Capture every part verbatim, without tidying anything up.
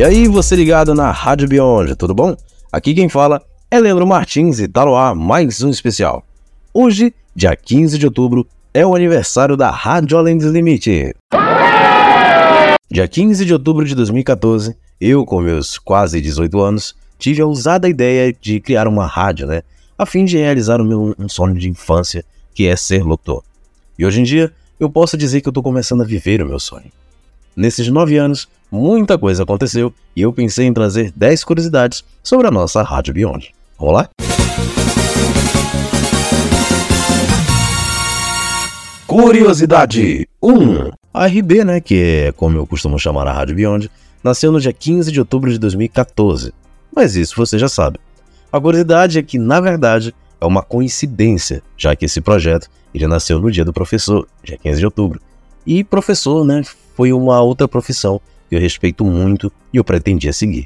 E aí, você ligado na Rádio Beyond, tudo bom? Aqui quem fala é Leandro Martins e tá no ar mais um especial. Hoje, dia quinze de outubro, é o aniversário da Rádio Além dos Limites. Dia quinze de outubro de dois mil e catorze, eu, com meus quase dezoito anos, tive a ousada ideia de criar uma rádio, né? A fim de realizar o meu um sonho de infância, que é ser locutor. E hoje em dia, eu posso dizer que eu tô começando a viver o meu sonho. Nesses nove anos, muita coisa aconteceu e eu pensei em trazer dez curiosidades sobre a nossa Rádio Beyond. Vamos lá? Curiosidade um. A R B, né, que é como eu costumo chamar a Rádio Beyond, nasceu no dia quinze de outubro de dois mil e catorze. Mas isso você já sabe. A curiosidade é que, na verdade, é uma coincidência, já que esse projeto ele nasceu no dia do professor, dia quinze de outubro. E professor, né, foi uma outra profissão que eu respeito muito e eu pretendia seguir.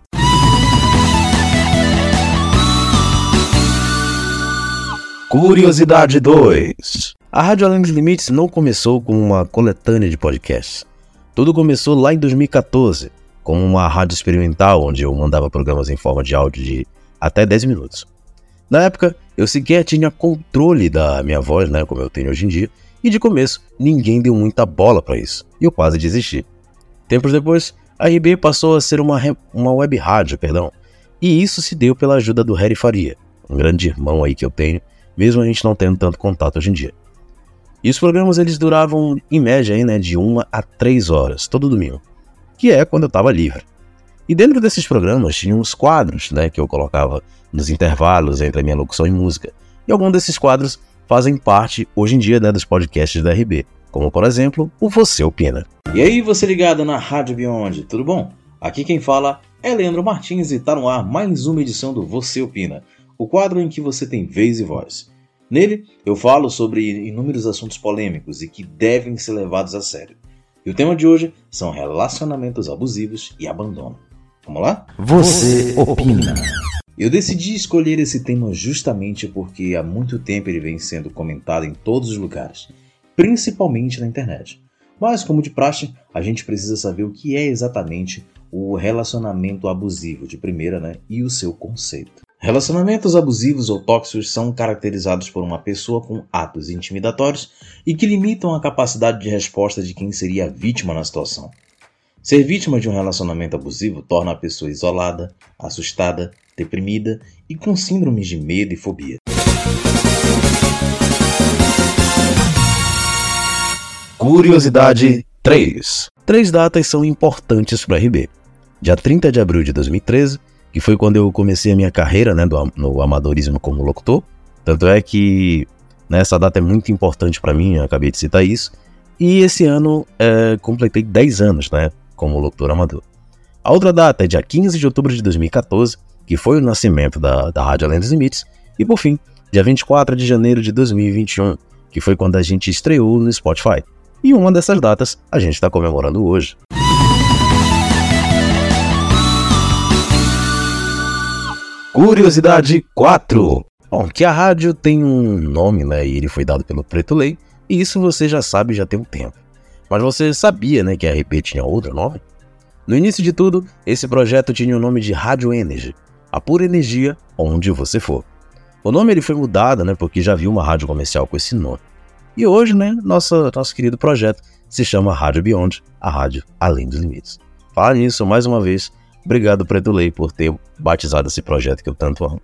Curiosidade dois. A Rádio Além dos Limites não começou como uma coletânea de podcasts. Tudo começou lá em dois mil e catorze, como uma rádio experimental onde eu mandava programas em forma de áudio de até dez minutos. Na época, eu sequer tinha controle da minha voz, né, como eu tenho hoje em dia, e de começo, ninguém deu muita bola para isso, e eu quase desisti. Tempos depois, a R B passou a ser uma, re... uma web rádio, perdão, e isso se deu pela ajuda do Harry Faria, um grande irmão aí que eu tenho, mesmo a gente não tendo tanto contato hoje em dia. E os programas eles duravam, em média, aí, né, de uma a três horas, todo domingo, que é quando eu estava livre. E dentro desses programas tinha uns quadros, né, que eu colocava nos intervalos entre a minha locução e música. E alguns desses quadros fazem parte, hoje em dia, né, dos podcasts da R B, como, por exemplo, o Você Opina. E aí, você ligado na Rádio Beyond, tudo bom? Aqui quem fala é Leandro Martins e tá no ar mais uma edição do Você Opina, o quadro em que você tem vez e voz. Nele, eu falo sobre inúmeros assuntos polêmicos e que devem ser levados a sério. E o tema de hoje são relacionamentos abusivos e abandono. Vamos lá? Você Opina. Eu decidi escolher esse tema justamente porque há muito tempo ele vem sendo comentado em todos os lugares, principalmente na internet. Mas, como de praxe, a gente precisa saber o que é exatamente o relacionamento abusivo de primeira, né, e o seu conceito. Relacionamentos abusivos ou tóxicos são caracterizados por uma pessoa com atos intimidatórios e que limitam a capacidade de resposta de quem seria a vítima na situação. Ser vítima de um relacionamento abusivo torna a pessoa isolada, assustada, deprimida e com síndromes de medo e fobia. Curiosidade três. Três datas são importantes para a R B. Dia trinta de abril de dois mil e treze, que foi quando eu comecei a minha carreira, né, do, no amadorismo como locutor. Tanto é que, né, essa data é muito importante para mim, eu acabei de citar isso. E esse ano é, completei dez anos, né, como locutor amador. A outra data é dia quinze de outubro de dois mil e catorze, que foi o nascimento da, da Rádio Além dos Limites. E por fim, dia vinte e quatro de janeiro de dois mil e vinte e um, que foi quando a gente estreou no Spotify. E uma dessas datas a gente está comemorando hoje. Curiosidade quatro. Bom, que a rádio tem um nome, né, e ele foi dado pelo Preto Lei, e isso você já sabe já tem um tempo. Mas você sabia, né, que a R B tinha outro nome? No início de tudo, esse projeto tinha o nome de Rádio Energy, a pura energia onde você for. O nome ele foi mudado, né, porque já havia uma rádio comercial com esse nome. E hoje, né, nosso, nosso querido projeto se chama Rádio Beyond, a rádio além dos limites. Fala nisso mais uma vez. Obrigado, Preto Lei, por ter batizado esse projeto que eu tanto amo.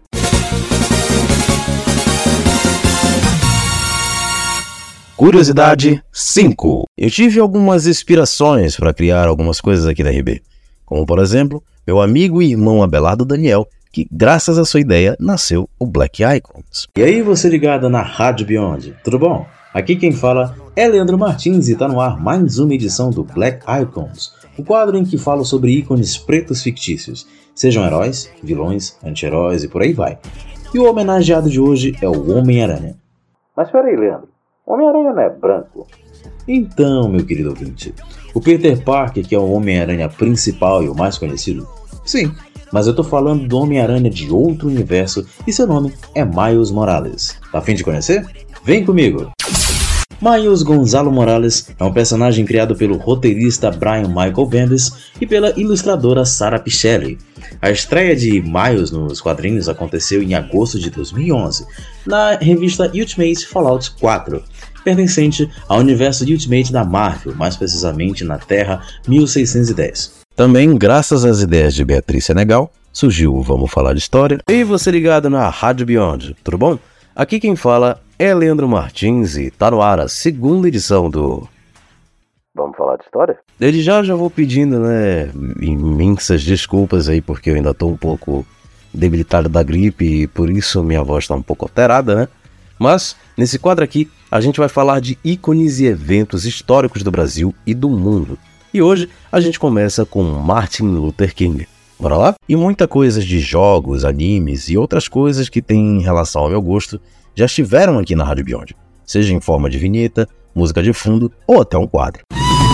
Curiosidade cinco. Eu tive algumas inspirações para criar algumas coisas aqui da R B. Como, por exemplo, meu amigo e irmão Abelardo Daniel, que graças à sua ideia nasceu o Black Icons. E aí, você ligado na Rádio Beyond, tudo bom? Aqui quem fala é Leandro Martins e tá no ar mais uma edição do Black Icons, o quadro em que falo sobre ícones pretos fictícios, sejam heróis, vilões, anti-heróis e por aí vai. E o homenageado de hoje é o Homem-Aranha. Mas peraí, Leandro, Homem-Aranha não é branco? Então, meu querido ouvinte, o Peter Parker, que é o Homem-Aranha principal e o mais conhecido? Sim, mas eu tô falando do Homem-Aranha de outro universo e seu nome é Miles Morales. Tá a fim de conhecer? Vem comigo! Miles Gonzalo Morales é um personagem criado pelo roteirista Brian Michael Bendis e pela ilustradora Sara Pichelli. A estreia de Miles nos quadrinhos aconteceu em agosto de dois mil e onze, na revista Ultimate Fallout quatro, pertencente ao universo Ultimate da Marvel, mais precisamente na Terra mil seiscentos e dez. Também, graças às ideias de Beatriz Senegal, surgiu o Vamos Falar de História. E você ligado na Rádio Beyond, tudo bom? Aqui quem fala é Leandro Martins e tá no ar a segunda edição do Vamos Falar de História? Desde já já vou pedindo, né, imensas desculpas aí, porque eu ainda tô um pouco debilitado da gripe e por isso minha voz tá um pouco alterada, né? Mas, nesse quadro aqui, a gente vai falar de ícones e eventos históricos do Brasil e do mundo. E hoje a gente começa com Martin Luther King. Bora lá? E muita coisa de jogos, animes e outras coisas que tem relação ao meu gosto já estiveram aqui na Rádio Beyond, seja em forma de vinheta, música de fundo ou até um quadro.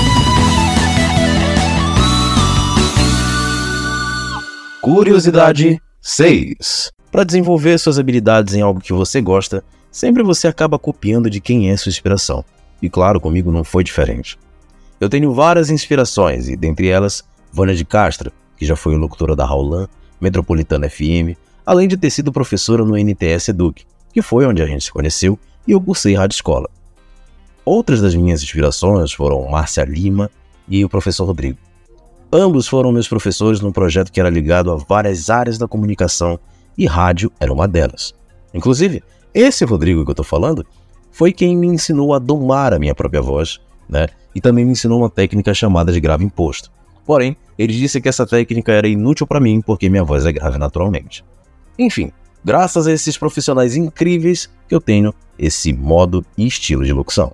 Curiosidade seis. Para desenvolver suas habilidades em algo que você gosta, sempre você acaba copiando de quem é sua inspiração. E claro, comigo não foi diferente. Eu tenho várias inspirações e, dentre elas, Vânia de Castro, que já foi locutora da Raulan, Metropolitana F M, além de ter sido professora no N T S Educ, que foi onde a gente se conheceu e eu cursei rádio escola. Outras das minhas inspirações foram Márcia Lima e o professor Rodrigo. Ambos foram meus professores num projeto que era ligado a várias áreas da comunicação e rádio era uma delas. Inclusive, esse Rodrigo que eu tô falando foi quem me ensinou a domar a minha própria voz, né? E também me ensinou uma técnica chamada de grave imposto. Porém, ele disse que essa técnica era inútil para mim porque minha voz é grave naturalmente. Enfim, graças a esses profissionais incríveis que eu tenho esse modo e estilo de locução.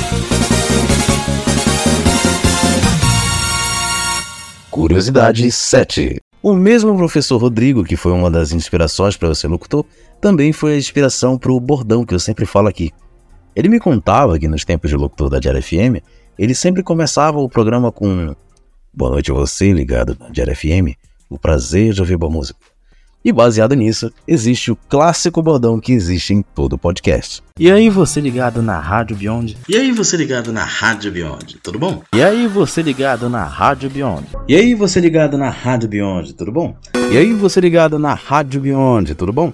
Curiosidade sete. O mesmo professor Rodrigo, que foi uma das inspirações para eu ser locutor, também foi a inspiração para o bordão que eu sempre falo aqui. Ele me contava que nos tempos de locutor da Diário F M, ele sempre começava o programa com "Boa noite a você ligado na Diário F M, o prazer de ouvir boa música". E baseado nisso, existe o clássico bordão que existe em todo o podcast. E aí você ligado na Rádio Beyond? E aí você ligado na Rádio Beyond, tudo bom? E aí você ligado na Rádio Beyond? E aí você ligado na Rádio Beyond, tudo bom? E aí você ligado na Rádio Beyond, tudo bom?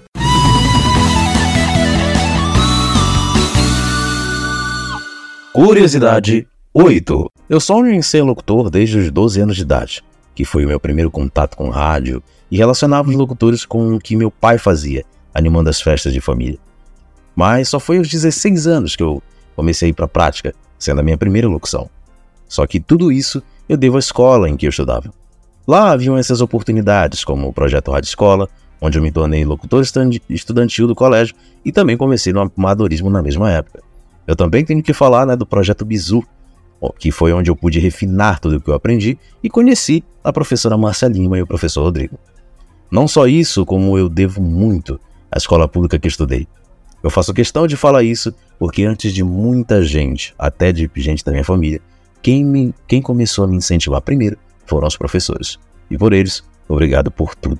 Curiosidade oito. Eu sonho em ser locutor desde os doze anos de idade, que foi o meu primeiro contato com rádio, e relacionava os locutores com o que meu pai fazia, animando as festas de família. Mas só foi aos dezesseis anos que eu comecei a ir para a prática, sendo a minha primeira locução. Só que tudo isso eu devo à escola em que eu estudava. Lá haviam essas oportunidades, como o Projeto Rádio Escola, onde eu me tornei locutor estudantil do colégio e também comecei no amadorismo na mesma época. Eu também tenho que falar, né, do Projeto Bizu, que foi onde eu pude refinar tudo o que eu aprendi e conheci a professora Márcia Lima e o professor Rodrigo. Não só isso, como eu devo muito à escola pública que estudei. Eu faço questão de falar isso porque antes de muita gente, até de gente da minha família, quem, me, quem começou a me incentivar primeiro foram os professores. E por eles, obrigado por tudo.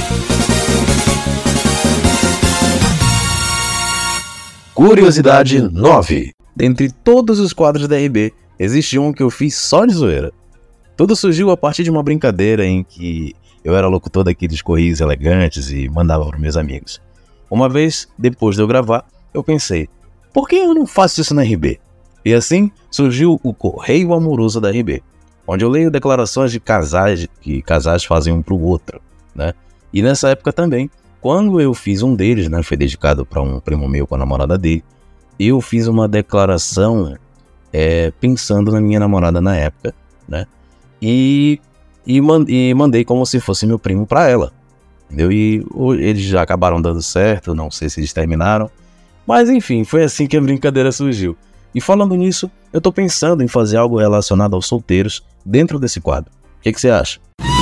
Curiosidade nove. Dentre todos os quadros da R B, existe um que eu fiz só de zoeira. Tudo surgiu a partir de uma brincadeira em que eu era locutor daqueles correios elegantes e mandava para meus amigos. Uma vez, depois de eu gravar, eu pensei, por que eu não faço isso na R B? E assim surgiu o Correio Amoroso da R B, onde eu leio declarações de casais que casais fazem um para o outro, né? E nessa época também, quando eu fiz um deles, né, foi dedicado para um primo meu com a namorada dele, eu fiz uma declaração é, pensando na minha namorada na época, né? E, e, man, e mandei como se fosse meu primo para ela, entendeu? E o, eles já acabaram dando certo, não sei se eles terminaram, mas enfim, foi assim que a brincadeira surgiu. E falando nisso, eu tô pensando em fazer algo relacionado aos solteiros dentro desse quadro. O que, que você acha?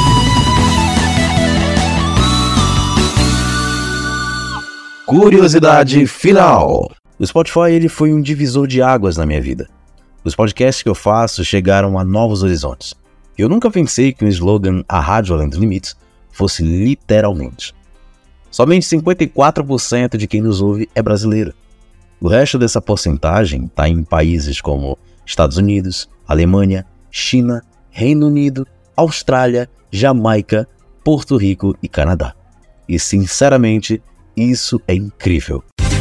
Curiosidade final. O Spotify ele foi um divisor de águas na minha vida. Os podcasts que eu faço chegaram a novos horizontes. Eu nunca pensei que o slogan "A Rádio Além dos Limites" fosse literalmente. Somente cinquenta e quatro por cento de quem nos ouve é brasileiro. O resto dessa porcentagem está em países como Estados Unidos, Alemanha, China, Reino Unido, Austrália, Jamaica, Porto Rico e Canadá. E sinceramente, isso é incrível.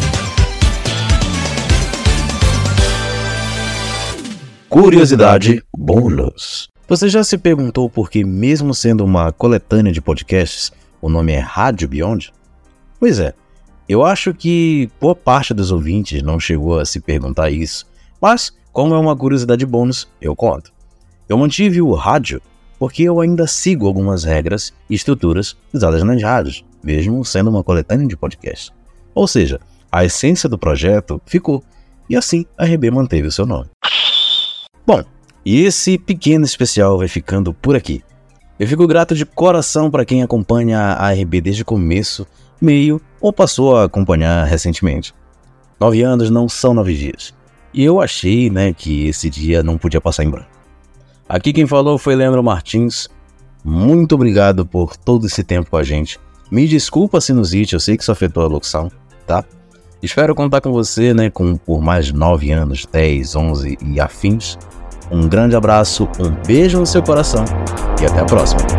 Curiosidade bônus. Você já se perguntou por que, mesmo sendo uma coletânea de podcasts, o nome é Rádio Beyond? Pois é, eu acho que boa parte dos ouvintes não chegou a se perguntar isso, mas, como é uma curiosidade bônus, eu conto. Eu mantive o rádio porque eu ainda sigo algumas regras e estruturas usadas nas rádios, mesmo sendo uma coletânea de podcasts. Ou seja, a essência do projeto ficou, e assim a R B manteve o seu nome. Bom, e esse pequeno especial vai ficando por aqui. Eu fico grato de coração para quem acompanha a R B desde o começo, meio ou passou a acompanhar recentemente. Nove anos não são nove dias. E eu achei, né, que esse dia não podia passar em branco. Aqui quem falou foi Leandro Martins. Muito obrigado por todo esse tempo com a gente. Me desculpa a sinusite, eu sei que isso afetou a locução, tá? Espero contar com você, né, com, por mais nove anos, dez, onze e afins. Um grande abraço, um beijo no seu coração e até a próxima.